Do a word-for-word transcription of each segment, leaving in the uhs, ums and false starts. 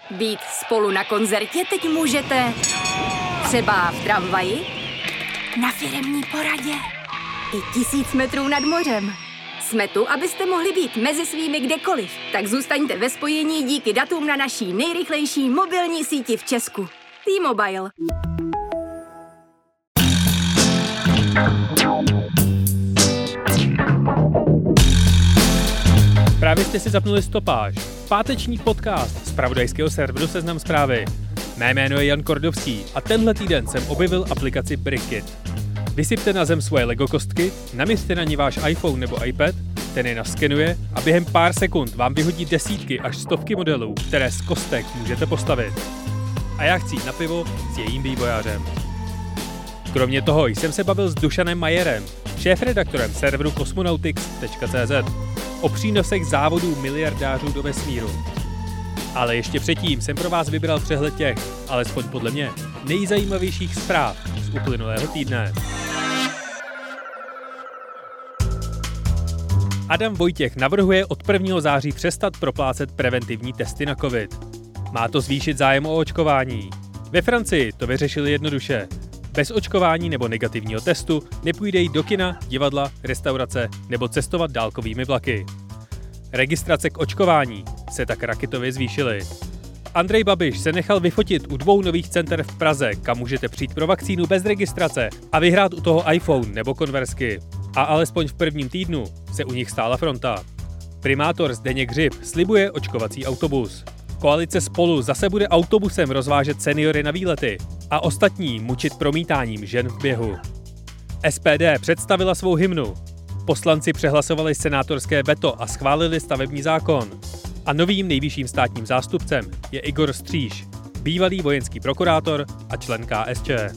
Být spolu na koncertě teď můžete třeba v tramvaji, na firemní poradě i tisíc metrů nad mořem. Jsme tu, abyste mohli být mezi svými kdekoliv. Tak zůstaňte ve spojení díky datům na naší nejrychlejší mobilní síti v Česku. T-Mobile. Právě jste si zapnuli Stopáž, páteční podcast z zpravodajského serveru Seznam Zprávy. Mé jméno je Jan Kordovský a tenhle týden jsem objevil aplikaci Brickit. Vysypte na zem svoje Lego kostky, naměřte na ní váš iPhone nebo iPad, ten je naskenuje a během pár sekund vám vyhodí desítky až stovky modelů, které z kostek můžete postavit. A já chci jít na pivo s jejím vývojářem. Kromě toho jsem se bavil s Dušanem Majerem, šéfredaktorem serveru Cosmonautics tečka cé zet, o přínosech závodů miliardářů do vesmíru. Ale ještě předtím jsem pro vás vybral přehled těch, alespoň podle mě, nejzajímavějších zpráv z uplynulého týdne. Adam Vojtěch navrhuje od prvního září přestat proplácet preventivní testy na covid. Má to zvýšit zájem o očkování. Ve Francii to vyřešili jednoduše. Bez očkování nebo negativního testu nepůjde jít do kina, divadla, restaurace nebo cestovat dálkovými vlaky. Registrace k očkování se tak raketově zvýšily. Andrej Babiš se nechal vyfotit u dvou nových center v Praze, kam můžete přijít pro vakcínu bez registrace a vyhrát u toho iPhone nebo konversky. A alespoň v prvním týdnu se u nich stála fronta. Primátor Zdeněk Hřib slibuje očkovací autobus. Koalice Spolu zase bude autobusem rozvážet seniory na výlety a ostatní mučit promítáním žen v běhu. es pé dé představila svou hymnu. Poslanci přehlasovali senátorské veto a schválili stavební zákon. A novým nejvyšším státním zástupcem je Igor Stříž, bývalý vojenský prokurátor a člen ká es čé.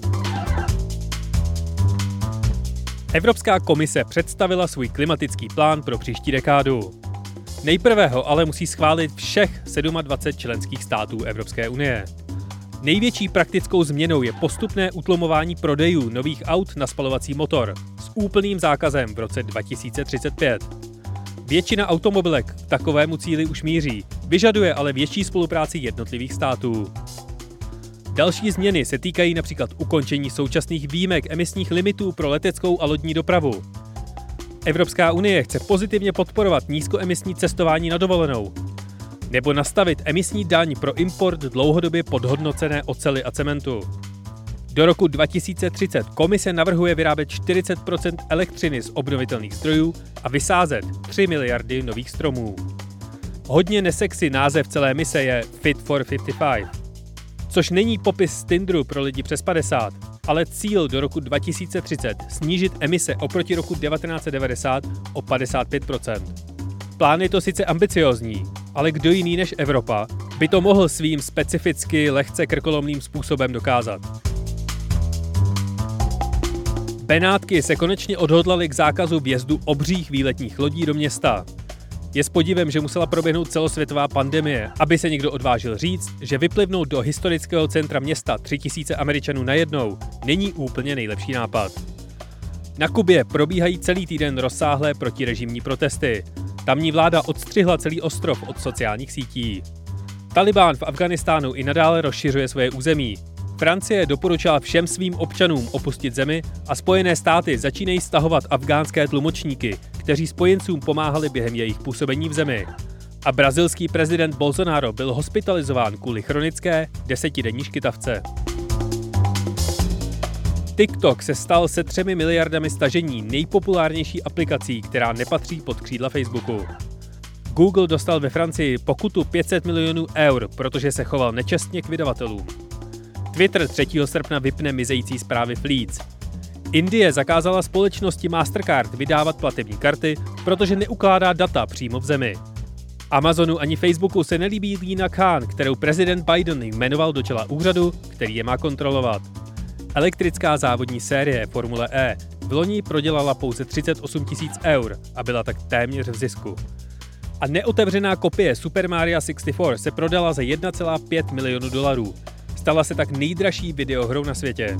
Evropská komise představila svůj klimatický plán pro příští dekádu. Nejprve ho ale musí schválit všech dvacet sedm členských států Evropské unie. Největší praktickou změnou je postupné utlumování prodejů nových aut na spalovací motor s úplným zákazem v roce dva tisíce třicet pět. Většina automobilek k takovému cíli už míří, vyžaduje ale větší spolupráci jednotlivých států. Další změny se týkají například ukončení současných výjimek emisních limitů pro leteckou a lodní dopravu. Evropská unie chce pozitivně podporovat nízkoemisní cestování na dovolenou nebo nastavit emisní daň pro import dlouhodobě podhodnocené oceli a cementu. Do roku dva tisíce třicet komise navrhuje vyrábět čtyřicet procent elektřiny z obnovitelných zdrojů a vysázet tři miliardy nových stromů. Hodně nesexy název celé mise je Fit for padesát pět, což není popis z Tinderu pro lidi přes padesát, ale cíl do roku dva tisíce třicet snížit emise oproti roku devatenáct set devadesát o padesát pět procent. Plán je to sice ambiciózní, ale kdo jiný než Evropa by to mohl svým specificky lehce krkolomným způsobem dokázat. Benátky se konečně odhodlaly k zákazu vjezdu obřích výletních lodí do města. Je s podivem, že musela proběhnout celosvětová pandemie, aby se někdo odvážil říct, že vyplivnout do historického centra města tři tisíce Američanů najednou není úplně nejlepší nápad. Na Kubě probíhají celý týden rozsáhlé protirežimní protesty. Tamní vláda odstřihla celý ostrov od sociálních sítí. Talibán v Afghánistánu i nadále rozšiřuje svoje území. Francie doporučila všem svým občanům opustit zemi a Spojené státy začínají stahovat afghánské tlumočníky, kteří spojencům pomáhali během jejich působení v zemi. A brazilský prezident Bolsonaro byl hospitalizován kvůli chronické desetidenní škytavce. TikTok se stal se třemi miliardami stažení nejpopulárnější aplikací, která nepatří pod křídla Facebooku. Google dostal ve Francii pokutu pět set milionů eur, protože se choval nečestně k vydavatelům. Twitter třetího srpna vypne mizející zprávy Fleets. Indie zakázala společnosti Mastercard vydávat platební karty, protože neukládá data přímo v zemi. Amazonu ani Facebooku se nelíbí Lina Khan, kterou prezident Biden jmenoval do čela úřadu, který je má kontrolovat. Elektrická závodní série Formule E v loni prodělala pouze třicet osm tisíc eur a byla tak téměř v zisku. A neotevřená kopie Super Mario šedesát čtyři se prodala za jedna celá pět milionu dolarů. Stala se tak nejdražší videohrou na světě.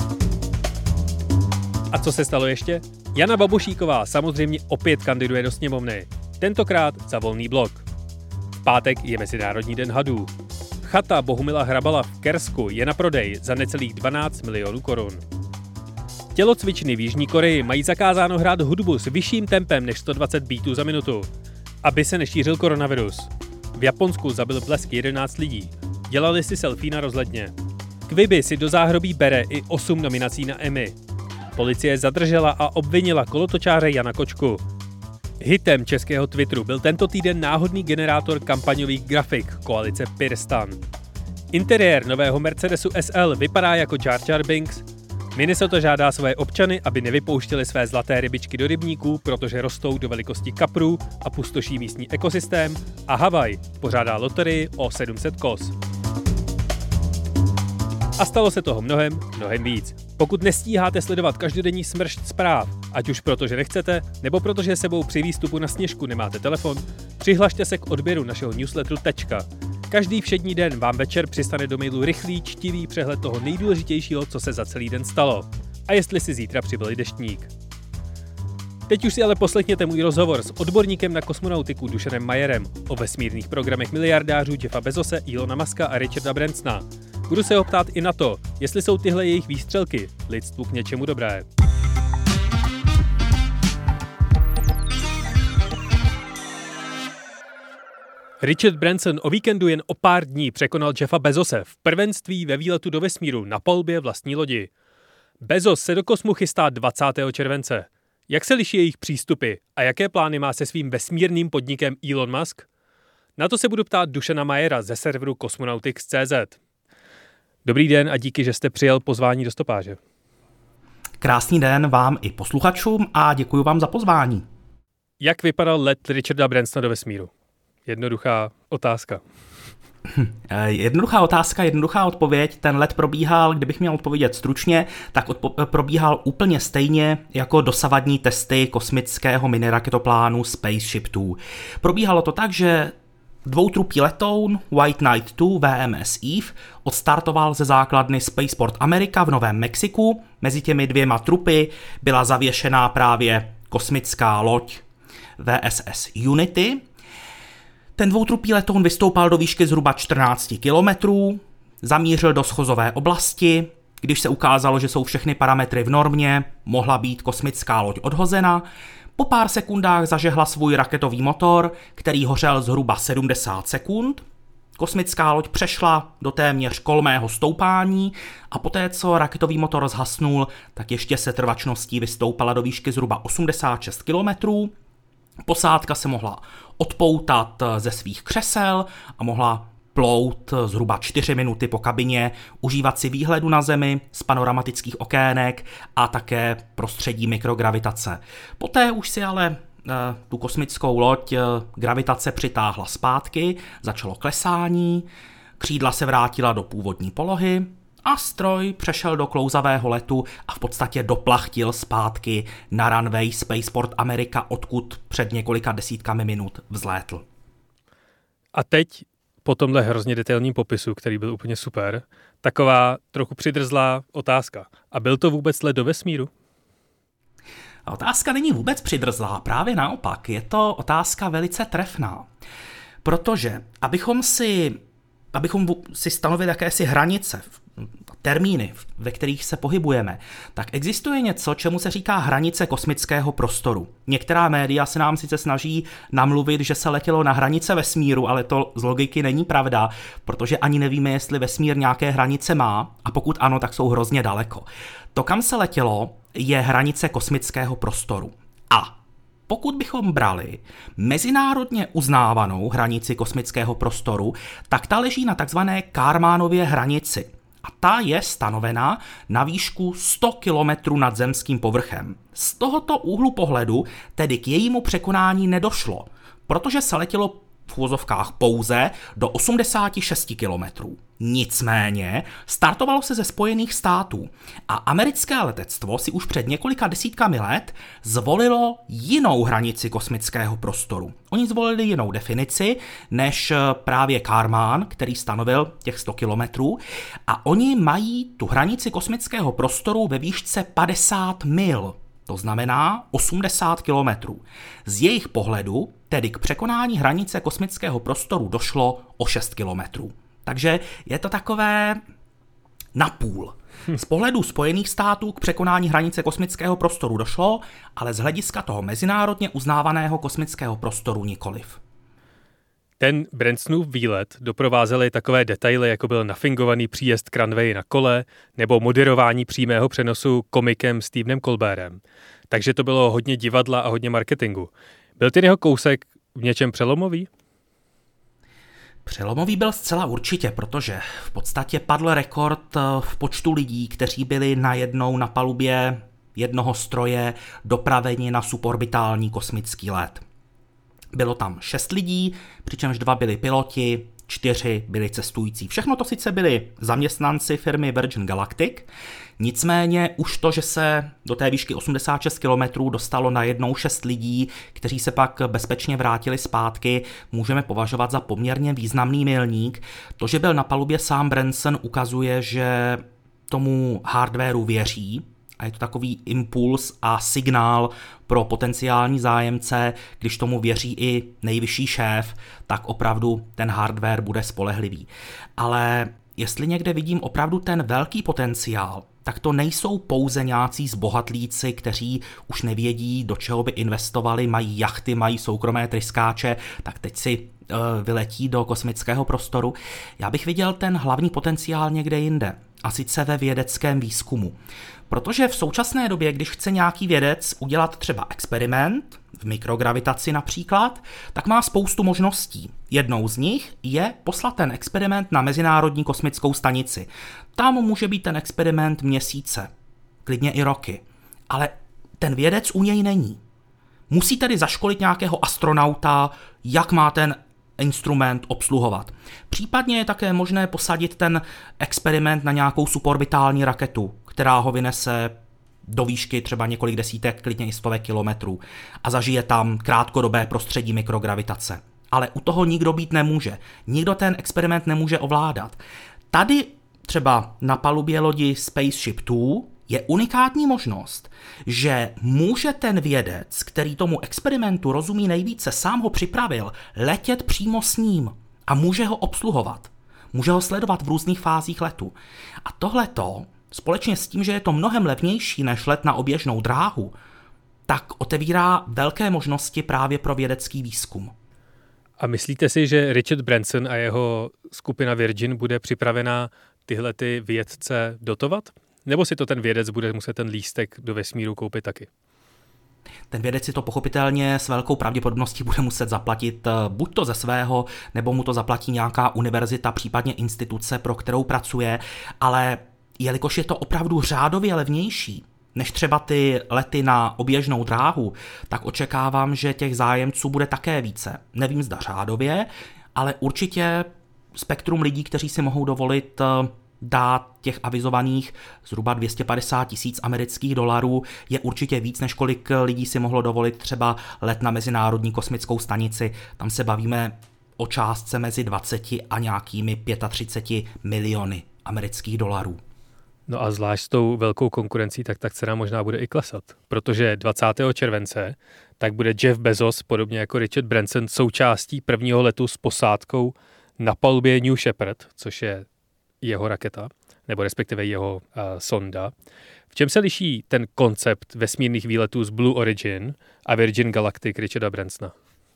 A co se stalo ještě? Jana Babošíková samozřejmě opět kandiduje do sněmovny. Tentokrát za Volný blok. V pátek je Mezinárodní den hadů. Chata Bohumila Hrabala v Kersku je na prodej za necelých dvanáct milionů korun. Tělocvičny v Jižní Koreji mají zakázáno hrát hudbu s vyšším tempem než sto dvacet beatů za minutu, aby se nešířil koronavirus. V Japonsku zabil blesk jedenáct lidí. Dělali si selfie na rozhledně. Quibi si do záhrobí bere i osm nominací na Emmy. Policie zadržela a obvinila kolotočáře Jana Kočku. Hitem českého Twitteru byl tento týden náhodný generátor kampaňových grafik koalice PirStan. Interiér nového Mercedesu S L vypadá jako Jar Jar Binks. Minnesota žádá své občany, aby nevypouštěli své zlaté rybičky do rybníků, protože rostou do velikosti kaprů a pustoší místní ekosystém, a Havaj pořádá loterii o sedm set kos. A stalo se toho mnohem, mnohem víc. Pokud nestíháte sledovat každodenní smršť zpráv, ať už proto, že nechcete, nebo protože sebou při výstupu na Sněžku nemáte telefon, přihlašte se k odběru našeho newsletteru Tečka. Každý všední den vám večer přistane do mailu rychlý, čtivý přehled toho nejdůležitějšího, co se za celý den stalo. A jestli si zítra přibyli deštník. Teď už si ale poslechněte můj rozhovor s odborníkem na kosmonautiku Dušanem Majerem o vesmírných programech miliardářů Jeffa Bezose, Elona Muska a Richarda Bransona. Budu se ho ptát i na to, jestli jsou tyhle jejich výstřelky lidstvu k něčemu dobré. Richard Branson o víkendu jen o pár dní překonal Jeffa Bezose v prvenství ve výletu do vesmíru na palubě vlastní lodi. Bezos se do kosmu chystá dvacátého července. Jak se liší jejich přístupy a jaké plány má se svým vesmírným podnikem Elon Musk? Na to se budu ptát Dušana Majera ze serveru Cosmonautics tečka cé zet. Dobrý den a díky, že jste přijel pozvání do stopáže. Krásný den vám i posluchačům a děkuji vám za pozvání. Jak vypadal let Richarda Bransona do vesmíru? Jednoduchá otázka. Jednoduchá otázka, jednoduchá odpověď. Ten let probíhal, kdybych měl odpovědět stručně, tak odpo- probíhal úplně stejně jako dosavadní testy kosmického miniraketoplánu Spaceship dva. Probíhalo to tak, že dvoutrupý letoun White Knight dva V M S Eve odstartoval ze základny Spaceport America v Novém Mexiku. Mezi těmi dvěma trupy byla zavěšená právě kosmická loď V S S Unity. Ten dvoutrupý letoun vystoupal do výšky zhruba čtrnáct kilometrů, zamířil do schozové oblasti. Když se ukázalo, že jsou všechny parametry v normě, mohla být kosmická loď odhozena. Po pár sekundách zažehla svůj raketový motor, který hořel zhruba sedmdesát sekund. Kosmická loď přešla do téměř kolmého stoupání a poté, co raketový motor zhasnul, tak ještě se trvačností vystoupala do výšky zhruba osmdesát šest kilometrů. Posádka se mohla odpoutat ze svých křesel a mohla plout zhruba čtyři minuty po kabině, užívat si výhledu na Zemi z panoramatických okének a také prostředí mikrogravitace. Poté už si ale tu kosmickou loď gravitace přitáhla zpátky, začalo klesání, křídla se vrátila do původní polohy a stroj přešel do klouzavého letu a v podstatě doplachtil zpátky na runway Spaceport America, odkud před několika desítkami minut vzlétl. A teď po tomhle hrozně detailním popisu, který byl úplně super, taková trochu přidrzlá otázka. A byl to vůbec let do vesmíru? A otázka není vůbec přidrzlá, právě naopak. Je to otázka velice trefná. Protože abychom si, abychom si stanovili jakési hranice, termíny, ve kterých se pohybujeme, tak existuje něco, čemu se říká hranice kosmického prostoru. Některá média se nám sice snaží namluvit, že se letělo na hranice vesmíru, ale to z logiky není pravda, protože ani nevíme, jestli vesmír nějaké hranice má, a pokud ano, tak jsou hrozně daleko. To, kam se letělo, je hranice kosmického prostoru. A pokud bychom brali mezinárodně uznávanou hranici kosmického prostoru, tak ta leží na takzvané Kármánově hranici. A ta je stanovena na výšku sto kilometrů nad zemským povrchem. Z tohoto úhlu pohledu tedy k jejímu překonání nedošlo, protože se letělo v uvozovkách pouze do osmdesát šest kilometrů. Nicméně startovalo se ze Spojených států a americké letectvo si už před několika desítkami let zvolilo jinou hranici kosmického prostoru. Oni zvolili jinou definici než právě Kármán, který stanovil těch sto kilometrů, a oni mají tu hranici kosmického prostoru ve výšce padesát mil. To znamená osmdesát kilometrů. Z jejich pohledu tedy k překonání hranice kosmického prostoru došlo o šest kilometrů. Takže je to takové napůl. Z pohledu Spojených států k překonání hranice kosmického prostoru došlo, ale z hlediska toho mezinárodně uznávaného kosmického prostoru nikoliv. Ten Bransonův výlet doprovázely takové detaily, jako byl nafingovaný příjezd k runwayi na kole nebo moderování přímého přenosu komikem Stephenem Colbertem. Takže to bylo hodně divadla a hodně marketingu. Byl ten jeho kousek v něčem přelomový? Přelomový byl zcela určitě, protože v podstatě padl rekord v počtu lidí, kteří byli najednou na palubě jednoho stroje dopraveni na suborbitální kosmický let. Bylo tam šest lidí, přičemž dva byli piloti, čtyři byli cestující. Všechno to sice byli zaměstnanci firmy Virgin Galactic, nicméně už to, že se do té výšky osmdesát šest kilometrů dostalo najednou šest lidí, kteří se pak bezpečně vrátili zpátky, můžeme považovat za poměrně významný milník. To, že byl na palubě sám Branson, ukazuje, že tomu hardwaru věří, a je to takový impuls a signál pro potenciální zájemce, když tomu věří i nejvyšší šéf, tak opravdu ten hardware bude spolehlivý. Ale jestli někde vidím opravdu ten velký potenciál, tak to nejsou pouze nějací zbohatlíci, kteří už nevědí, do čeho by investovali, mají jachty, mají soukromé tryskáče, tak teď si uh, vyletí do kosmického prostoru. Já bych viděl ten hlavní potenciál někde jinde, a sice ve vědeckém výzkumu. Protože v současné době, když chce nějaký vědec udělat třeba experiment, v mikrogravitaci například, tak má spoustu možností. Jednou z nich je poslat ten experiment na Mezinárodní kosmickou stanici. Tam může být ten experiment měsíce, klidně i roky. Ale ten vědec u něj není. Musí tedy zaškolit nějakého astronauta, jak má ten instrument obsluhovat. Případně je také možné posadit ten experiment na nějakou suborbitální raketu, která ho vynese do výšky třeba několik desítek, klidně i stovek kilometrů a zažije tam krátkodobé prostředí mikrogravitace. Ale u toho nikdo být nemůže. Nikdo ten experiment nemůže ovládat. Tady třeba na palubě lodi Spaceship dva je unikátní možnost, že může ten vědec, který tomu experimentu rozumí nejvíce, sám ho připravil, letět přímo s ním a může ho obsluhovat. Může ho sledovat v různých fázích letu. A tohleto, společně s tím, že je to mnohem levnější než let na oběžnou dráhu, tak otevírá velké možnosti právě pro vědecký výzkum. A myslíte si, že Richard Branson a jeho skupina Virgin bude připravená tyhle ty vědce dotovat? Nebo si to ten vědec bude muset ten lístek do vesmíru koupit taky? Ten vědec si to pochopitelně s velkou pravděpodobností bude muset zaplatit buď to ze svého, nebo mu to zaplatí nějaká univerzita, případně instituce, pro kterou pracuje, ale jelikož je to opravdu řádově levnější než třeba ty lety na oběžnou dráhu, tak očekávám, že těch zájemců bude také více. Nevím, zda řádově, ale určitě spektrum lidí, kteří si mohou dovolit dát těch avizovaných zhruba dvě stě padesát tisíc amerických dolarů, je určitě víc, než kolik lidí si mohlo dovolit třeba let na Mezinárodní kosmickou stanici. Tam se bavíme o částce mezi dvaceti a nějakými třiceti pěti miliony amerických dolarů. No a zvlášť s tou velkou konkurencí, tak ta cena možná bude i klesat, protože dvacátého července tak bude Jeff Bezos, podobně jako Richard Branson, součástí prvního letu s posádkou na palubě New Shepard, což je jeho raketa, nebo respektive jeho uh, sonda. V čem se liší ten koncept vesmírných výletů z Blue Origin a Virgin Galactic Richarda Bransona?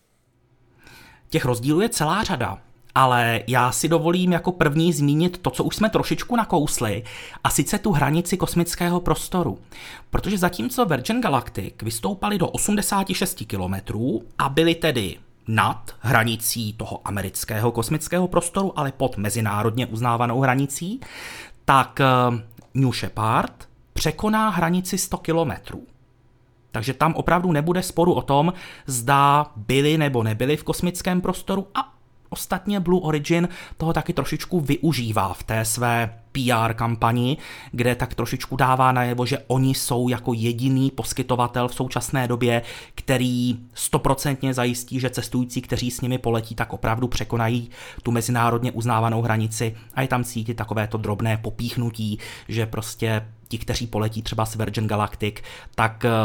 Těch rozdílů je celá řada, ale já si dovolím jako první zmínit to, co už jsme trošičku nakousli, a sice tu hranici kosmického prostoru. Protože zatímco Virgin Galactic vystoupali do osmdesáti šesti kilometrů a byli tedy nad hranicí toho amerického kosmického prostoru, ale pod mezinárodně uznávanou hranicí, tak New Shepard překoná hranici sto kilometrů. Takže tam opravdu nebude sporu o tom, zda byli nebo nebyli v kosmickém prostoru, a ostatně Blue Origin toho taky trošičku využívá v té své P R kampani, kde tak trošičku dává najevo, že oni jsou jako jediný poskytovatel v současné době, který stoprocentně zajistí, že cestující, kteří s nimi poletí, tak opravdu překonají tu mezinárodně uznávanou hranici, a je tam cítit takovéto drobné popíchnutí, že prostě ti, kteří poletí třeba s Virgin Galactic, tak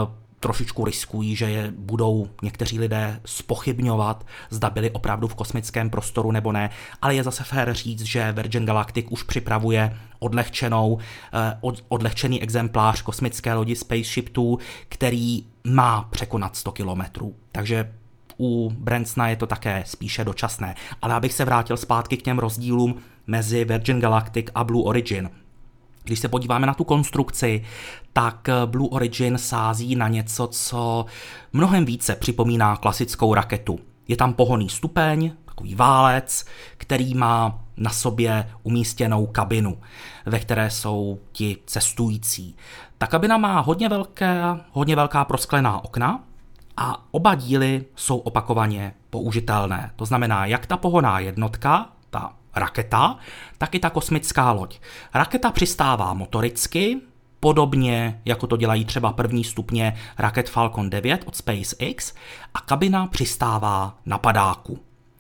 trošičku riskují, že je budou někteří lidé zpochybňovat, zda byli opravdu v kosmickém prostoru nebo ne, ale je zase fér říct, že Virgin Galactic už připravuje odlehčenou, od, odlehčený exemplář kosmické lodi Spaceship dva, který má překonat sto kilometrů. Takže u Bransona je to také spíše dočasné. Ale abych se vrátil zpátky k těm rozdílům mezi Virgin Galactic a Blue Origin. Když se podíváme na tu konstrukci, tak Blue Origin sází na něco, co mnohem více připomíná klasickou raketu. Je tam pohonný stupeň, takový válec, který má na sobě umístěnou kabinu, ve které jsou ti cestující. Ta kabina má hodně velké, hodně velká prosklená okna a oba díly jsou opakovaně použitelné. To znamená, jak ta pohonná jednotka, ta raketa, tak i ta kosmická loď. Raketa přistává motoricky, podobně jako to dělají třeba první stupně raket Falcon devět od SpaceX, a kabina přistává na padáku.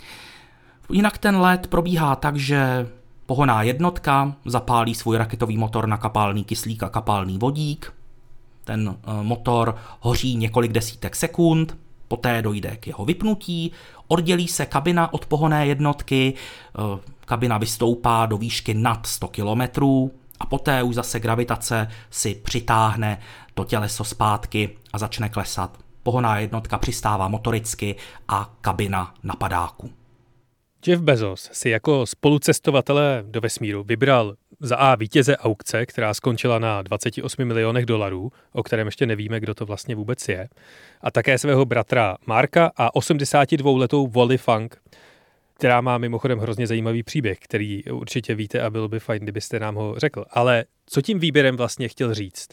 Jinak ten let probíhá tak, že pohonná jednotka zapálí svůj raketový motor na kapalný kyslík a kapalný vodík. Ten motor hoří několik desítek sekund, poté dojde k jeho vypnutí, oddělí se kabina od pohonné jednotky, kabina vystoupá do výšky nad sto kilometrů a poté už zase gravitace si přitáhne to těleso zpátky a začne klesat. Pohonná jednotka přistává motoricky a kabina na padáku. Jeff Bezos si jako spolucestovatele do vesmíru vybral za A vítěze aukce, která skončila na dvacet osm milionech dolarů, o kterém ještě nevíme, kdo to vlastně vůbec je, a také svého bratra Marka a osmdesátidvouletou Wally Funk, která má mimochodem hrozně zajímavý příběh, který určitě víte a bylo by fajn, kdybyste nám ho řekl. Ale co tím výběrem vlastně chtěl říct?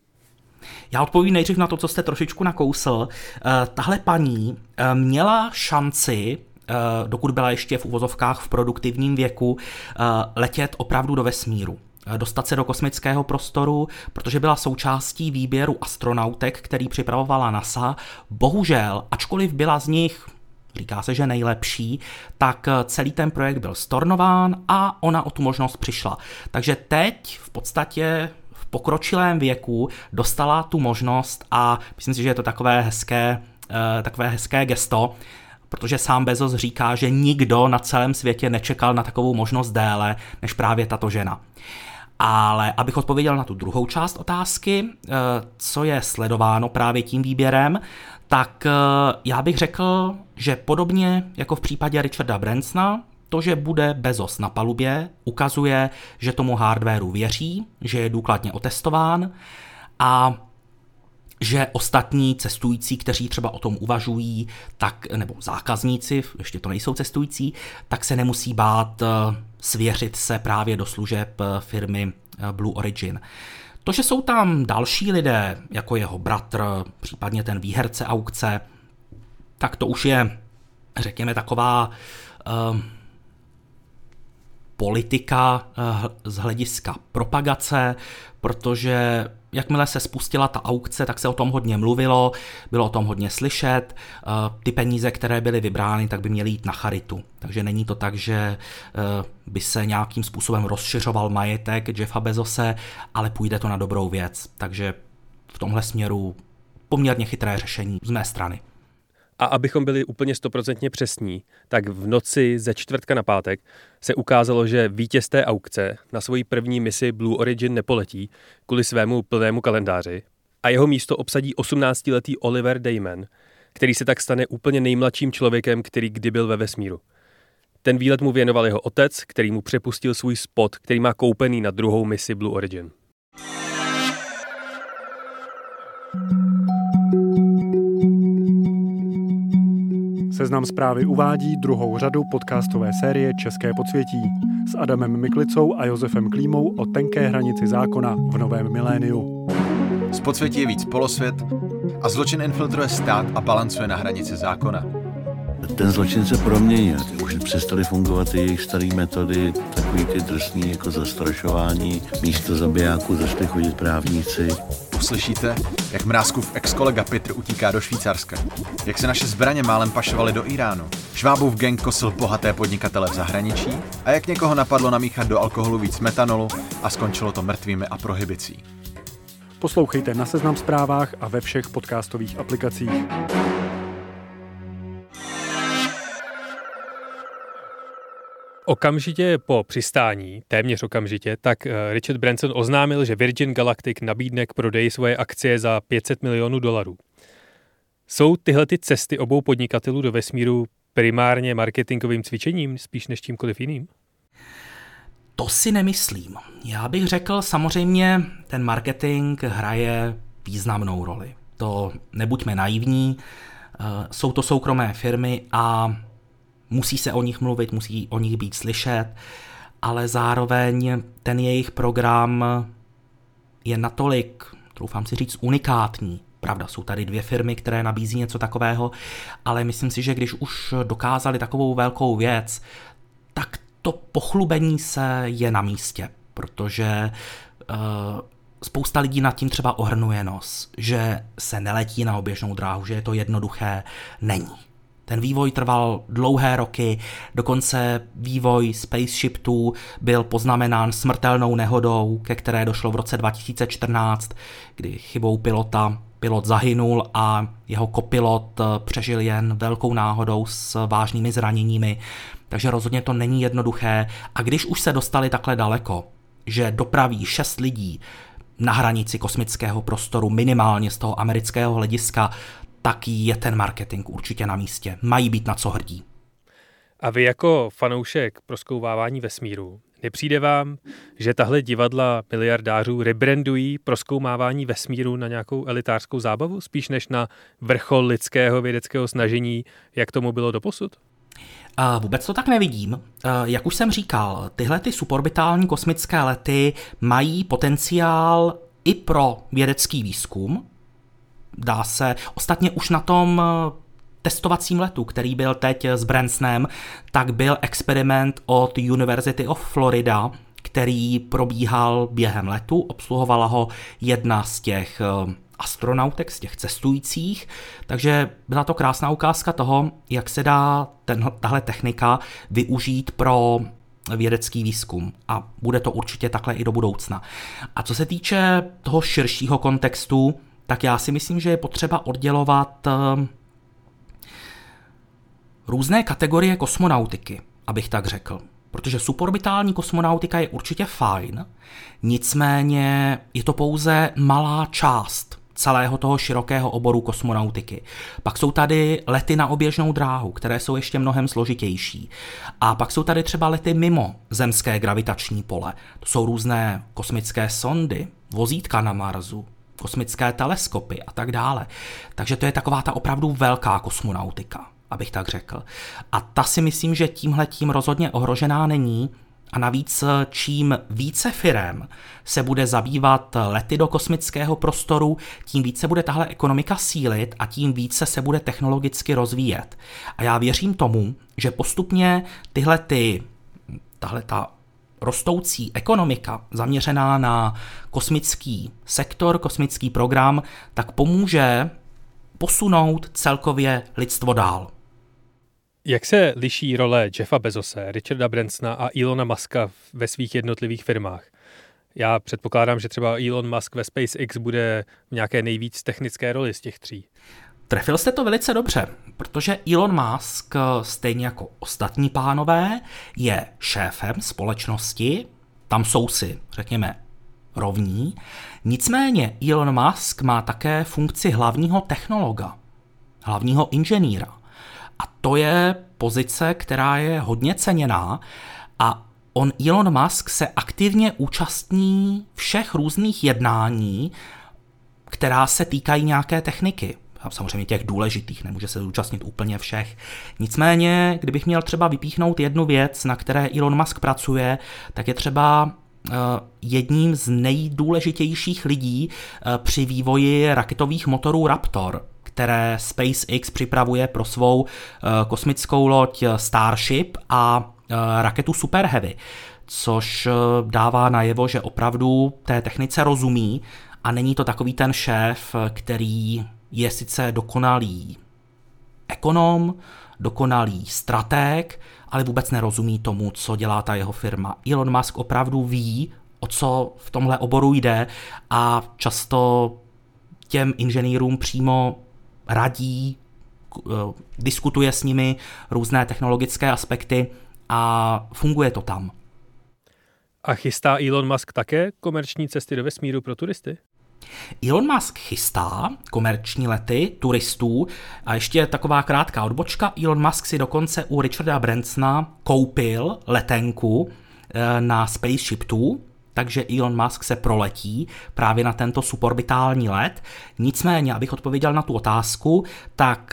Já odpovím nejdřív na to, co jste trošičku nakousl. Tahle paní měla šanci, dokud byla ještě v uvozovkách v produktivním věku, letět opravdu do vesmíru. Dostat se do kosmického prostoru, protože byla součástí výběru astronautek, který připravovala NASA. Bohužel, ačkoliv byla z nich, říká se, že nejlepší, tak celý ten projekt byl stornován a ona o tu možnost přišla. Takže teď v podstatě v pokročilém věku dostala tu možnost a myslím si, že je to takové hezké, takové hezké gesto, protože sám Bezos říká, že nikdo na celém světě nečekal na takovou možnost déle, než právě tato žena. Ale abych odpověděl na tu druhou část otázky, co je sledováno právě tím výběrem, tak já bych řekl, že podobně jako v případě Richarda Bransona, to, že bude Bezos na palubě, ukazuje, že tomu hardwaru věří, že je důkladně otestován a že ostatní cestující, kteří třeba o tom uvažují, tak, nebo zákazníci, ještě to nejsou cestující, tak se nemusí bát svěřit se právě do služeb firmy Blue Origin. To, že jsou tam další lidé, jako jeho bratr, případně ten výherce aukce, tak to už je, řekněme, taková uh, politika uh, z hlediska propagace, protože jakmile se spustila ta aukce, tak se o tom hodně mluvilo, bylo o tom hodně slyšet. Ty peníze, které byly vybrány, tak by měly jít na charitu. Takže není to tak, že by se nějakým způsobem rozšiřoval majetek Jeffa Bezose, ale půjde to na dobrou věc. Takže v tomhle směru poměrně chytré řešení z mé strany. A abychom byli úplně stoprocentně přesní, tak v noci ze čtvrtka na pátek se ukázalo, že vítěz té aukce na svoji první misi Blue Origin nepoletí kvůli svému plnému kalendáři a jeho místo obsadí osmnáctiletý Oliver Damon, který se tak stane úplně nejmladším člověkem, který kdy byl ve vesmíru. Ten výlet mu věnoval jeho otec, který mu přepustil svůj spot, který má koupený na druhou misi Blue Origin. Seznam Zprávy uvádí druhou řadu podcastové série České podsvětí s Adamem Miklicou a Josefem Klímou o tenké hranici zákona v novém miléniu. Z podsvětí je víc polosvět a zločin infiltruje stát a balancuje na hranici zákona. Ten zločin se proměnil. Už přestaly fungovat ty jejich staré metody, takový ty drsný jako zastrašování. Místo zabijáků začali chodit právníci. Uslyšíte, jak Mrázkův ex-kolega Petr utíká do Švýcarska, jak se naše zbraně málem pašovaly do Iránu, Švábův gang kosil bohaté podnikatele v zahraničí a jak někoho napadlo namíchat do alkoholu víc metanolu a skončilo to mrtvými a prohibicí. Poslouchejte na Seznam Zprávách a ve všech podcastových aplikacích. Okamžitě po přistání, téměř okamžitě, tak Richard Branson oznámil, že Virgin Galactic nabídne k prodeji svoje akcie za pět set milionů dolarů. Jsou tyhle ty cesty obou podnikatelů do vesmíru primárně marketingovým cvičením, spíš než čímkoliv jiným? To si nemyslím. Já bych řekl, samozřejmě ten marketing hraje významnou roli. To nebuďme naivní, jsou to soukromé firmy a musí se o nich mluvit, musí o nich být slyšet, ale zároveň ten jejich program je natolik, troufám si říct, unikátní. Pravda, jsou tady dvě firmy, které nabízí něco takového, ale myslím si, že když už dokázali takovou velkou věc, tak to pochlubení se je na místě, protože uh, spousta lidí nad tím třeba ohrnuje nos, že se neletí na oběžnou dráhu, že je to jednoduché, není. Ten vývoj trval dlouhé roky, dokonce vývoj Spaceship dva byl poznamenán smrtelnou nehodou, ke které došlo v roce dva tisíce čtrnáct, kdy chybou pilota pilot zahynul a jeho kopilot přežil jen velkou náhodou s vážnými zraněními, takže rozhodně to není jednoduché. A když už se dostali takhle daleko, že dopraví šest lidí na hranici kosmického prostoru minimálně z toho amerického hlediska, tak je ten marketing určitě na místě. Mají být na co hrdí. A vy jako fanoušek prozkoumávání vesmíru, nepřijde vám, že tahle divadla miliardářů rebrandují prozkoumávání vesmíru na nějakou elitářskou zábavu, spíš než na vrchol lidského vědeckého snažení, jak tomu bylo doposud? Uh, vůbec to tak nevidím. Uh, jak už jsem říkal, tyhle ty suborbitální kosmické lety mají potenciál i pro vědecký výzkum. Dá se, ostatně už na tom testovacím letu, který byl teď s Bransonem, tak byl experiment od University of Florida, který probíhal během letu, obsluhovala ho jedna z těch astronautek, z těch cestujících, takže byla to krásná ukázka toho, jak se dá ten, tahle technika využít pro vědecký výzkum a bude to určitě takhle i do budoucna. A co se týče toho širšího kontextu, tak já si myslím, že je potřeba oddělovat různé kategorie kosmonautiky, abych tak řekl. Protože suborbitální kosmonautika je určitě fajn, nicméně je to pouze malá část celého toho širokého oboru kosmonautiky. Pak jsou tady lety na oběžnou dráhu, které jsou ještě mnohem složitější. A pak jsou tady třeba lety mimo zemské gravitační pole. To jsou různé kosmické sondy, vozítka na Marsu, kosmické teleskopy a tak dále. Takže to je taková ta opravdu velká kosmonautika, abych tak řekl. A ta si myslím, že tímhletím rozhodně ohrožená není. A navíc čím více firem se bude zabývat lety do kosmického prostoru, tím více bude tahle ekonomika sílit a tím více se bude technologicky rozvíjet. A já věřím tomu, že postupně tyhle ty, tahle ta rostoucí ekonomika zaměřená na kosmický sektor, kosmický program, tak pomůže posunout celkově lidstvo dál. Jak se liší role Jeffa Bezose, Richarda Bransona a Elona Muska ve svých jednotlivých firmách? Já předpokládám, že třeba Elon Musk ve SpaceX bude v nějaké nejvíc technické roli z těch tří. Trefil jste to velice dobře, protože Elon Musk, stejně jako ostatní pánové, je šéfem společnosti, tam jsou si, řekněme, rovní. Nicméně Elon Musk má také funkci hlavního technologa, hlavního inženýra. A to je pozice, která je hodně ceněná a on, Elon Musk, se aktivně účastní všech různých jednání, která se týkají nějaké techniky. Samozřejmě těch důležitých, nemůže se zúčastnit úplně všech. Nicméně, kdybych měl třeba vypíchnout jednu věc, na které Elon Musk pracuje, tak je třeba uh, jedním z nejdůležitějších lidí uh, při vývoji raketových motorů Raptor, které SpaceX připravuje pro svou uh, kosmickou loď Starship a uh, raketu Super Heavy, což uh, dává najevo, že opravdu té technice rozumí a není to takový ten šéf, který je sice dokonalý ekonom, dokonalý stratég, ale vůbec nerozumí tomu, co dělá ta jeho firma. Elon Musk opravdu ví, o co v tomhle oboru jde a často těm inženýrům přímo radí, diskutuje s nimi různé technologické aspekty a funguje to tam. A chystá Elon Musk také komerční cesty do vesmíru pro turisty? Elon Musk chystá komerční lety turistů a ještě taková krátká odbočka. Elon Musk si dokonce u Richarda Bransona koupil letenku na Spaceship dva, takže Elon Musk se proletí právě na tento suborbitální let. Nicméně, abych odpověděl na tu otázku, tak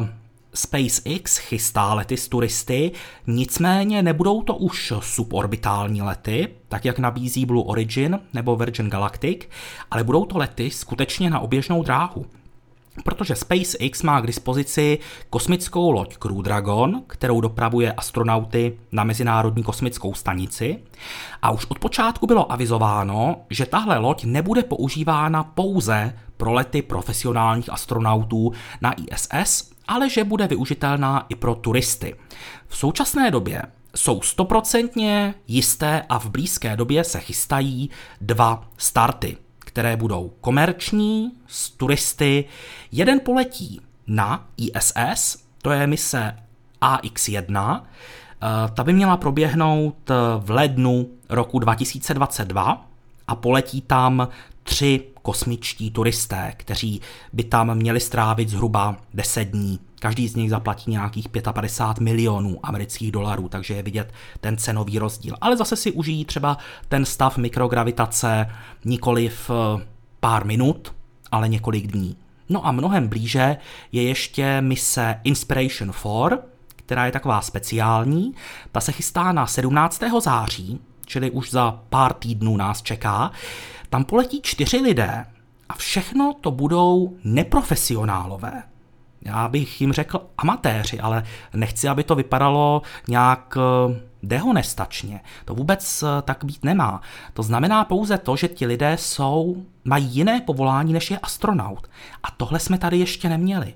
SpaceX chystá lety s turisty, nicméně nebudou to už suborbitální lety, tak jak nabízí Blue Origin nebo Virgin Galactic, ale budou to lety skutečně na oběžnou dráhu. Protože SpaceX má k dispozici kosmickou loď Crew Dragon, kterou dopravuje astronauty na Mezinárodní kosmickou stanici. A už od počátku bylo avizováno, že tahle loď nebude používána pouze pro lety profesionálních astronautů na I S S, ale že bude využitelná i pro turisty. V současné době jsou stoprocentně jisté a v blízké době se chystají dva starty, které budou komerční s turisty. Jeden poletí na I S S, to je mise A X jedna, ta by měla proběhnout v lednu roku dva tisíce dvacet dva a poletí tam tři kosmičtí turisté, kteří by tam měli strávit zhruba deset dní. Každý z nich zaplatí nějakých padesát pět milionů amerických dolarů, takže je vidět ten cenový rozdíl. Ale zase si užijí třeba ten stav mikrogravitace nikoliv pár minut, ale několik dní. No a mnohem blíže je ještě mise Inspiration čtyři, která je taková speciální. Ta se chystá na sedmnáctého září, čili už za pár týdnů nás čeká. Tam poletí čtyři lidé a všechno to budou neprofesionálové. Já bych jim řekl amatéři, ale nechci, aby to vypadalo nějak dehonestačně. To vůbec tak být nemá. To znamená pouze to, že ti lidé jsou, mají jiné povolání, než je astronaut. A tohle jsme tady ještě neměli.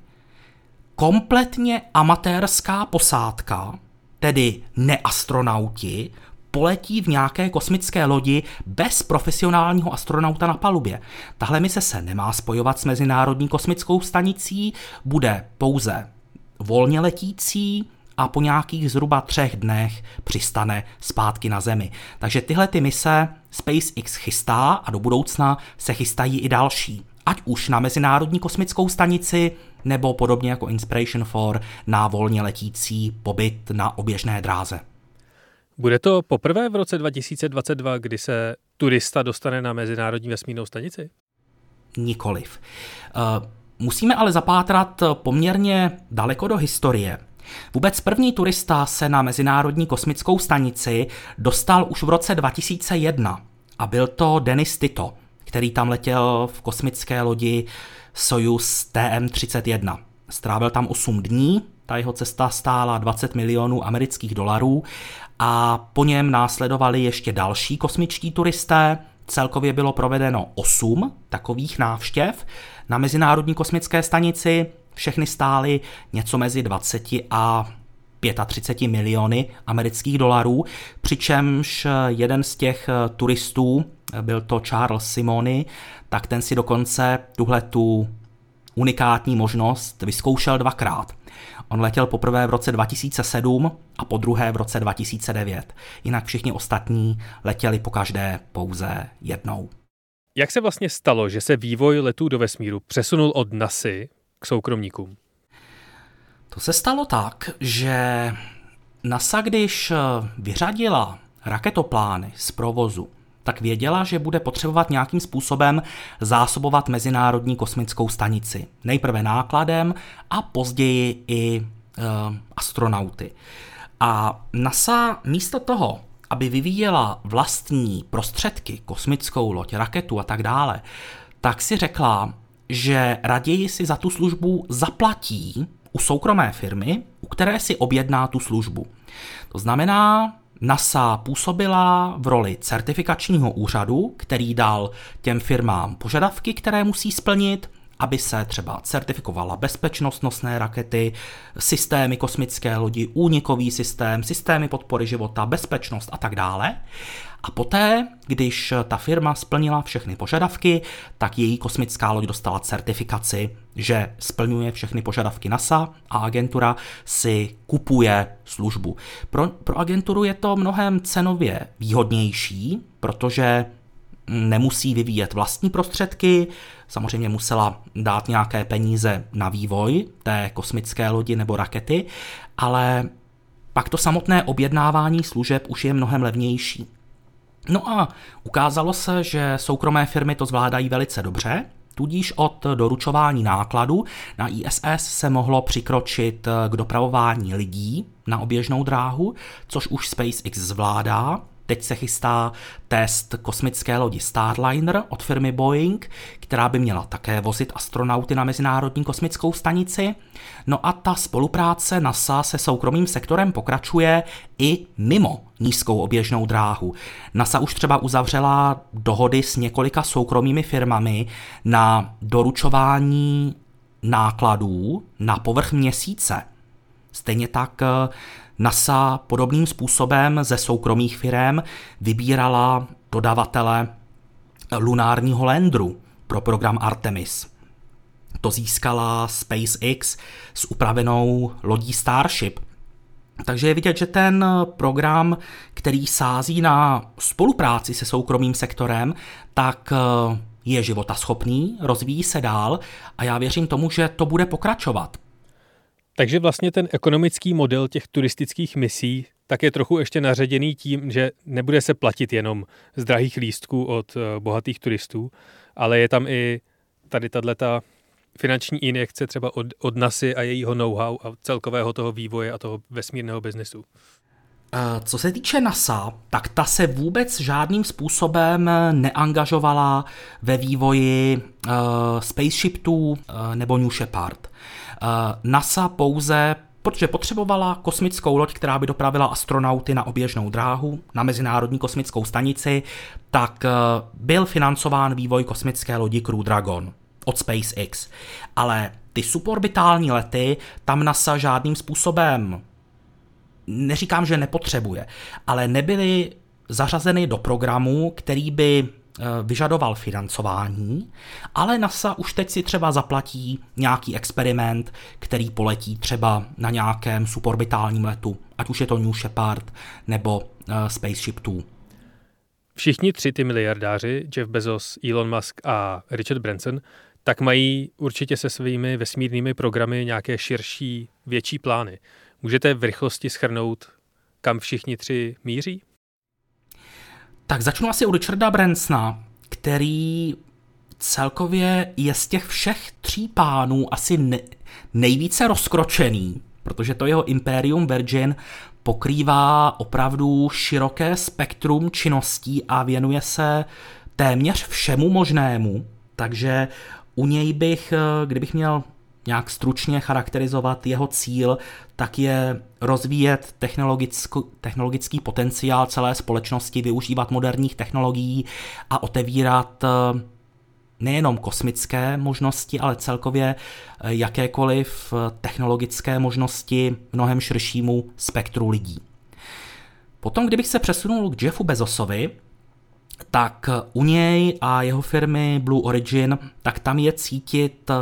Kompletně amatérská posádka, tedy neastronauti, poletí v nějaké kosmické lodi bez profesionálního astronauta na palubě. Tahle mise se nemá spojovat s Mezinárodní kosmickou stanicí, bude pouze volně letící a po nějakých zhruba třech dnech přistane zpátky na Zemi. Takže tyhle ty mise SpaceX chystá a do budoucna se chystají i další. Ať už na Mezinárodní kosmickou stanici, nebo podobně jako Inspiration čtyři na volně letící pobyt na oběžné dráze. Bude to poprvé v roce dva tisíce dvacet dva, kdy se turista dostane na Mezinárodní vesmírnou stanici? Nikoliv. Musíme ale zapátrat poměrně daleko do historie. Vůbec první turista se na Mezinárodní kosmickou stanici dostal už v roce dva tisíce jedna a byl to Dennis Tito, který tam letěl v kosmické lodi Soyuz T M třicet jedna. Strávil tam osm dní, ta jeho cesta stála dvacet milionů amerických dolarů a po něm následovali ještě další kosmičtí turisté. Celkově bylo provedeno osm takových návštěv na Mezinárodní kosmické stanici. Všechny stály něco mezi dvacet a třicet pět miliony amerických dolarů, přičemž jeden z těch turistů, byl to Charles Simony, tak ten si dokonce tuhletu unikátní možnost vyzkoušel dvakrát. On letěl poprvé v roce dva tisíce sedm a po druhé v roce dva tisíce devět. Jinak všichni ostatní letěli pokaždé pouze jednou. Jak se vlastně stalo, že se vývoj letů do vesmíru přesunul od NASA k soukromníkům? To se stalo tak, že NASA, když vyřadila raketoplány z provozu, tak věděla, že bude potřebovat nějakým způsobem zásobovat Mezinárodní kosmickou stanici. Nejprve nákladem a později i e, astronauty. A NASA místo toho, aby vyvíjela vlastní prostředky, kosmickou loď, raketu a tak dále, tak si řekla, že raději si za tu službu zaplatí u soukromé firmy, u které si objedná tu službu. To znamená, NASA působila v roli certifikačního úřadu, který dal těm firmám požadavky, které musí splnit, aby se třeba certifikovala bezpečnost nosné rakety, systémy kosmické lodi, únikový systém, systémy podpory života, bezpečnost a tak dále. A poté, když ta firma splnila všechny požadavky, tak její kosmická loď dostala certifikaci, že splňuje všechny požadavky NASA a agentura si kupuje službu. Pro, pro agenturu je to mnohem cenově výhodnější, protože nemusí vyvíjet vlastní prostředky, samozřejmě musela dát nějaké peníze na vývoj té kosmické lodi nebo rakety, ale pak to samotné objednávání služeb už je mnohem levnější. No a ukázalo se, že soukromé firmy to zvládají velice dobře, tudíž od doručování nákladu na I S S se mohlo přikročit k dopravování lidí na oběžnou dráhu, což už SpaceX zvládá. Teď se chystá test kosmické lodi Starliner od firmy Boeing, která by měla také vozit astronauty na Mezinárodní kosmickou stanici. No a ta spolupráce NASA se soukromým sektorem pokračuje i mimo nízkou oběžnou dráhu. NASA už třeba uzavřela dohody s několika soukromými firmami na doručování nákladů na povrch měsíce. Stejně tak NASA podobným způsobem ze soukromých firem vybírala dodavatele lunárního landru pro program Artemis. To získala SpaceX s upravenou lodí Starship. Takže je vidět, že ten program, který sází na spolupráci se soukromým sektorem, tak je životaschopný, rozvíjí se dál a já věřím tomu, že to bude pokračovat. Takže vlastně ten ekonomický model těch turistických misí tak je trochu ještě naředěný tím, že nebude se platit jenom z drahých lístků od bohatých turistů, ale je tam i tady tato finanční injekce třeba od, od NASA a jejího know-how a celkového toho vývoje a toho vesmírného biznesu. Co se týče NASA, tak ta se vůbec žádným způsobem neangažovala ve vývoji uh, Spaceship dva uh, nebo New Shepard. Uh, NASA pouze, protože potřebovala kosmickou loď, která by dopravila astronauty na oběžnou dráhu, na Mezinárodní kosmickou stanici, tak uh, byl financován vývoj kosmické lodi Crew Dragon od SpaceX. Ale ty suborbitální lety tam NASA žádným způsobem, neříkám, že nepotřebuje, ale nebyly zařazeny do programu, který by vyžadoval financování, ale NASA už teď si třeba zaplatí nějaký experiment, který poletí třeba na nějakém suborbitálním letu, ať už je to New Shepard nebo uh, Spaceship dva. Všichni tři ty miliardáři, Jeff Bezos, Elon Musk a Richard Branson, tak mají určitě se svými vesmírnými programy nějaké širší, větší plány. Můžete v rychlosti shrnout, kam všichni tři míří? Tak začnu asi u Richarda Bransona, který celkově je z těch všech tří pánů asi ne, nejvíce rozkročený, protože to jeho Imperium Virgin pokrývá opravdu široké spektrum činností a věnuje se téměř všemu možnému, takže u něj bych, kdybych měl nějak stručně charakterizovat jeho cíl, tak je rozvíjet technologický potenciál celé společnosti, využívat moderních technologií a otevírat nejenom kosmické možnosti, ale celkově jakékoliv technologické možnosti mnohem širšímu spektru lidí. Potom, kdybych se přesunul k Jeffu Bezosovi, tak u něj a jeho firmy Blue Origin, tak tam je cítit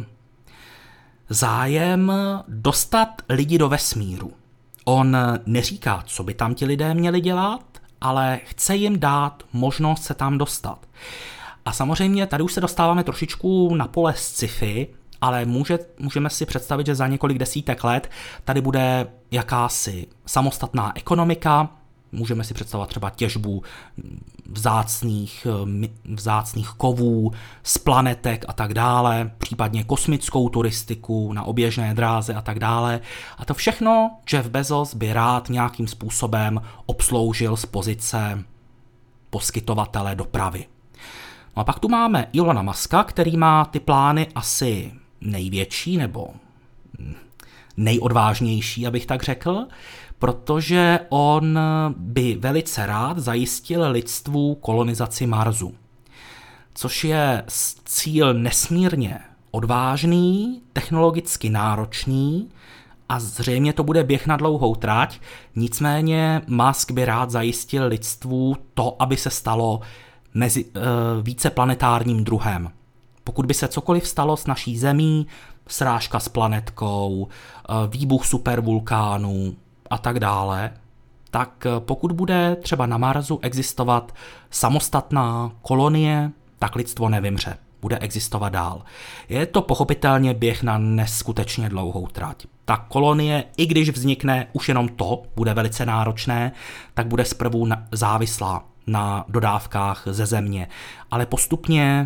zájem dostat lidi do vesmíru. On neříká, co by tam ti lidé měli dělat, ale chce jim dát možnost se tam dostat. A samozřejmě tady už se dostáváme trošičku na pole sci-fi, ale může, můžeme si představit, že za několik desítek let tady bude jakási samostatná ekonomika, můžeme si představovat třeba těžbu vzácných, vzácných kovů z planetek a tak dále, případně kosmickou turistiku na oběžné dráze a tak dále. A to všechno Jeff Bezos by rád nějakým způsobem obsloužil z pozice poskytovatele dopravy. No a pak tu máme Elona Muska, který má ty plány asi největší nebo nejodvážnější, abych tak řekl, protože on by velice rád zajistil lidstvu kolonizaci Marsu, což je cíl nesmírně odvážný, technologicky náročný a zřejmě to bude běh na dlouhou trať, nicméně Musk by rád zajistil lidstvu to, aby se stalo mezi, uh, víceplanetárním druhem. Pokud by se cokoliv stalo s naší zemí, srážka s planetkou, uh, výbuch supervulkánů a tak dále, tak uh, pokud bude třeba na Marsu existovat samostatná kolonie, tak lidstvo nevymře, bude existovat dál. Je to pochopitelně běh na neskutečně dlouhou trať. Ta kolonie, i když vznikne, už jenom to bude velice náročné, tak bude zprvu závislá na dodávkách ze země. Ale postupně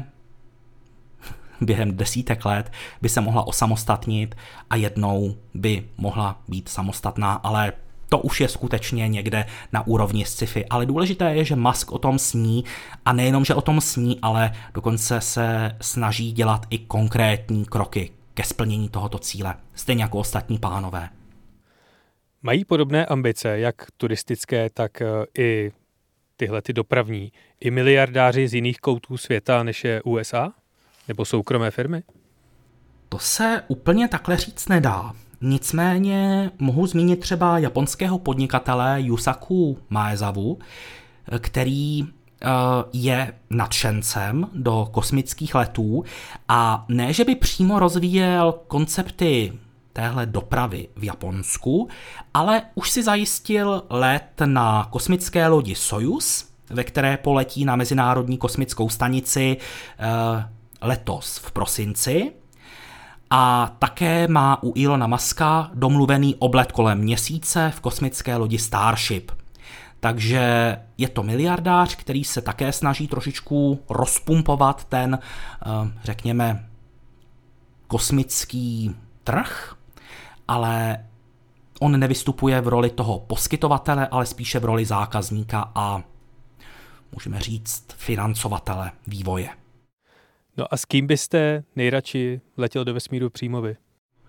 během desítek let by se mohla osamostatnit a jednou by mohla být samostatná, ale to už je skutečně někde na úrovni sci-fi. Ale důležité je, že Musk o tom sní a nejenom, že o tom sní, ale dokonce se snaží dělat i konkrétní kroky ke splnění tohoto cíle, stejně jako ostatní pánové. Mají podobné ambice, jak turistické, tak i tyhle ty dopravní, i miliardáři z jiných koutů světa, než je U S A? Nebo soukromé firmy? To se úplně takhle říct nedá. Nicméně mohu zmínit třeba japonského podnikatele Yusaku Maezawu, který je nadšencem do kosmických letů a ne, že by přímo rozvíjel koncepty téhle dopravy v Japonsku, ale už si zajistil let na kosmické lodi Sojuz, ve které poletí na Mezinárodní kosmickou stanici letos v prosinci. A také má u Elona Muska domluvený oblet kolem měsíce v kosmické lodi Starship. Takže je to miliardář, který se také snaží trošičku rozpumpovat ten, řekněme, kosmický trh, ale on nevystupuje v roli toho poskytovatele, ale spíše v roli zákazníka a můžeme říct financovatele vývoje. No a s kým byste nejradši letěl do vesmíru přímo vy?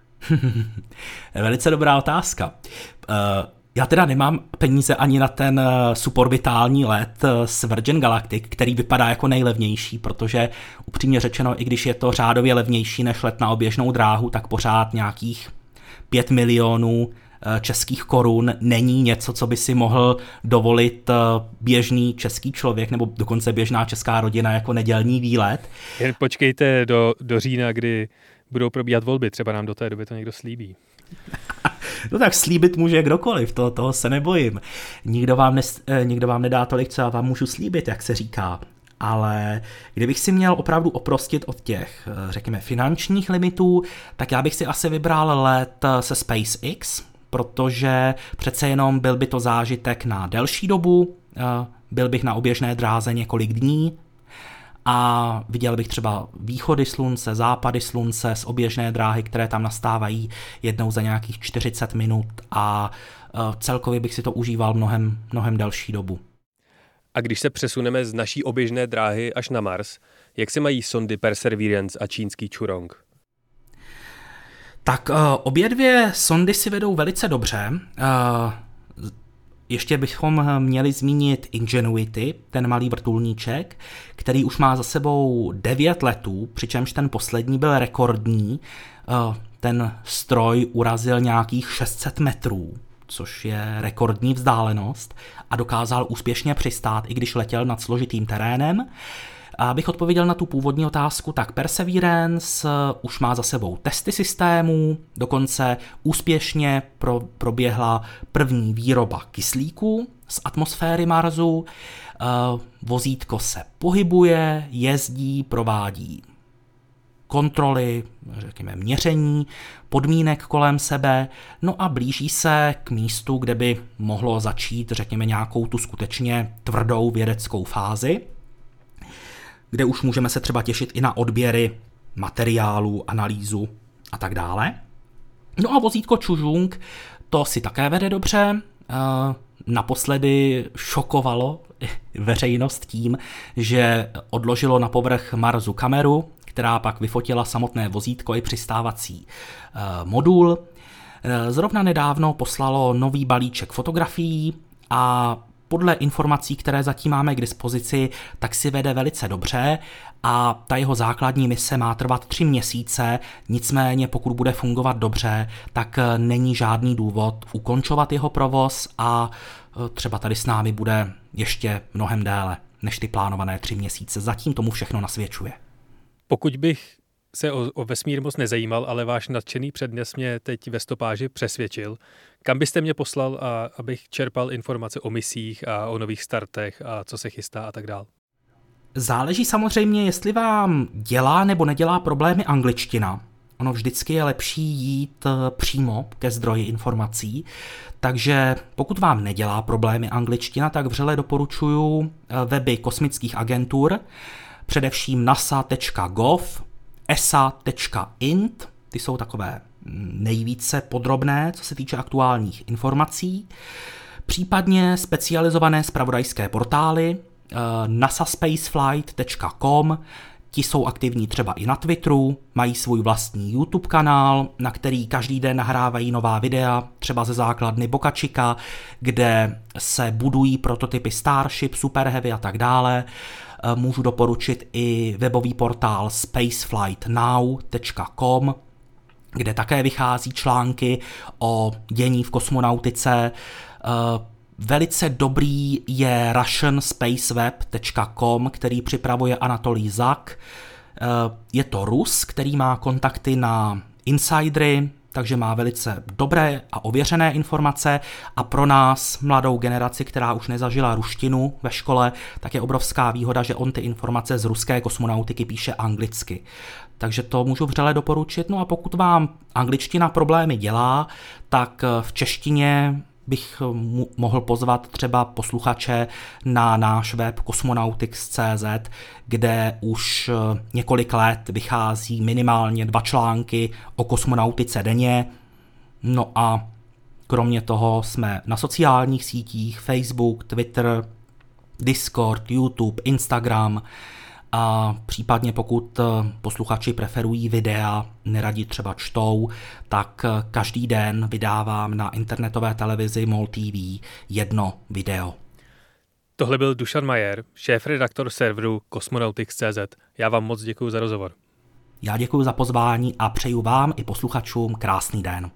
Velice dobrá otázka. Já teda nemám peníze ani na ten suborbitální let z Virgin Galactic, který vypadá jako nejlevnější, protože upřímně řečeno, i když je to řádově levnější než let na oběžnou dráhu, tak pořád nějakých pět milionů českých korun není něco, co by si mohl dovolit běžný český člověk nebo dokonce běžná česká rodina jako nedělní výlet. Jen počkejte do, do října, kdy budou probíhat volby, třeba nám do té doby to někdo slíbí. No tak slíbit může kdokoliv, to, toho se nebojím. Nikdo vám, nes, nikdo vám nedá tolik, co já vám můžu slíbit, jak se říká. Ale kdybych si měl opravdu oprostit od těch, řekněme, finančních limitů, tak já bych si asi vybral let se SpaceX, protože přece jenom byl by to zážitek na delší dobu, byl bych na oběžné dráze několik dní a viděl bych třeba východy slunce, západy slunce z oběžné dráhy, které tam nastávají jednou za nějakých čtyřicet minut a celkově bych si to užíval mnohem, mnohem delší dobu. A když se přesuneme z naší oběžné dráhy až na Mars, jak se mají sondy Perseverance a čínský Churong? Tak uh, obě dvě sondy si vedou velice dobře. Uh, ještě bychom měli zmínit Ingenuity, ten malý vrtulníček, který už má za sebou devět letů, přičemž ten poslední byl rekordní. Uh, ten stroj urazil nějakých šest set metrů, což je rekordní vzdálenost a dokázal úspěšně přistát, i když letěl nad složitým terénem. A abych odpověděl na tu původní otázku, tak Perseverance už má za sebou testy systémů, dokonce úspěšně pro, proběhla první výroba kyslíku z atmosféry Marsu, vozítko se pohybuje, jezdí, provádí kontroly, řekněme měření podmínek kolem sebe, no a blíží se k místu, kde by mohlo začít, řekněme, nějakou tu skutečně tvrdou vědeckou fázi, kde už můžeme se třeba těšit i na odběry materiálů, analýzu a tak dále. No a vozítko Chujung, to si také vede dobře. Naposledy šokovalo veřejnost tím, že odložilo na povrch Marsu kameru, která pak vyfotila samotné vozítko i přistávací modul. Zrovna nedávno poslalo nový balíček fotografií a podle informací, které zatím máme k dispozici, tak si vede velice dobře a ta jeho základní mise má trvat tři měsíce, nicméně pokud bude fungovat dobře, tak není žádný důvod ukončovat jeho provoz a třeba tady s námi bude ještě mnohem déle než ty plánované tři měsíce. Zatím tomu všechno nasvědčuje. Pokud bych se o, o vesmír moc nezajímal, ale váš nadšený přednes mě teď ve stopáži přesvědčil. Kam byste mě poslal, a, abych čerpal informace o misích a o nových startech a co se chystá a tak dál? Záleží samozřejmě, jestli vám dělá nebo nedělá problémy angličtina. Ono vždycky je lepší jít přímo ke zdroji informací, takže pokud vám nedělá problémy angličtina, tak vřele doporučuji weby kosmických agentur, především nasa tečka gov, e s a tečka int, ty jsou takové nejvíce podrobné, co se týče aktuálních informací, případně specializované zpravodajské portály nasaspaceflight tečka com, ti jsou aktivní třeba i na Twitteru, mají svůj vlastní YouTube kanál, na který každý den nahrávají nová videa, třeba ze základny Boca Chica, kde se budují prototypy Starship, Super Heavy a tak dále. Můžu doporučit i webový portál spaceflight now tečka com, kde také vychází články o dění v kosmonautice. Velice dobrý je russian spaceweb tečka com, který připravuje Anatolij Zak. Je to Rus, který má kontakty na insidery, takže má velice dobré a ověřené informace a pro nás, mladou generaci, která už nezažila ruštinu ve škole, tak je obrovská výhoda, že on ty informace z ruské kosmonautiky píše anglicky. Takže to můžu vřele doporučit. No a pokud vám angličtina problémy dělá, tak v češtině bych mohl pozvat třeba posluchače na náš web cosmonautics tečka cé zet, kde už několik let vychází minimálně dva články o kosmonautice denně. No a kromě toho jsme na sociálních sítích Facebook, Twitter, Discord, YouTube, Instagram a případně pokud posluchači preferují videa, neradi třeba čtou, tak každý den vydávám na internetové televizi MOL T V jedno video. Tohle byl Dušan Majer, šéf-redaktor serveru Cosmonautics tečka cé zet. Já vám moc děkuji za rozhovor. Já děkuji za pozvání a přeju vám i posluchačům krásný den.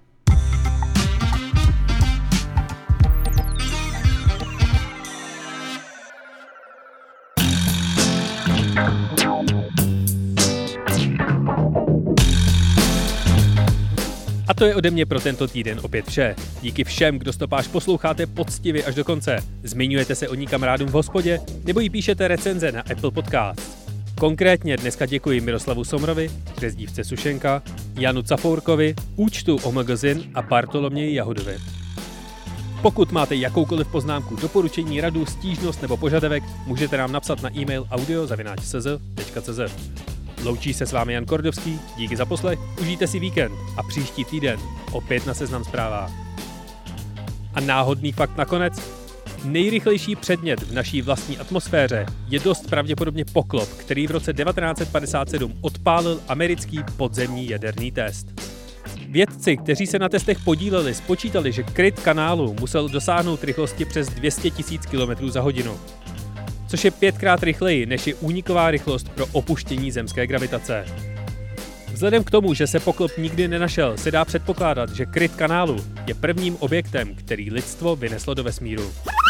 A to je ode mě pro tento týden opět vše. Díky všem, kdo stopáž posloucháte poctivě až do konce. Zmiňujete se o ní kamarádům v hospodě nebo jí píšete recenze na Apple Podcast. Konkrétně dneska děkuji Miroslavu Somrovi, přezdívce Sušenka, Janu Cafourkovi, účtu Omagazin a Bartoloměji Jahodovi. Pokud máte jakoukoliv poznámku, doporučení, radu, stížnost nebo požadavek, můžete nám napsat na e-mail audio zavináč s z tečka cé zet. Loučí se s vámi Jan Kordovský, díky za poslech, užijte si víkend a příští týden opět na Seznam Zprávách. A náhodný fakt nakonec. Nejrychlejší předmět v naší vlastní atmosféře je dost pravděpodobně poklop, který v roce devatenáct set padesát sedm odpálil americký podzemní jaderný test. Vědci, kteří se na testech podíleli, spočítali, že kryt kanálu musel dosáhnout rychlosti přes dvě stě tisíc kilometrů za hodinu, což je pětkrát rychleji, než je úniková rychlost pro opuštění zemské gravitace. Vzhledem k tomu, že se poklop nikdy nenašel, se dá předpokládat, že kryt kanálu je prvním objektem, který lidstvo vyneslo do vesmíru.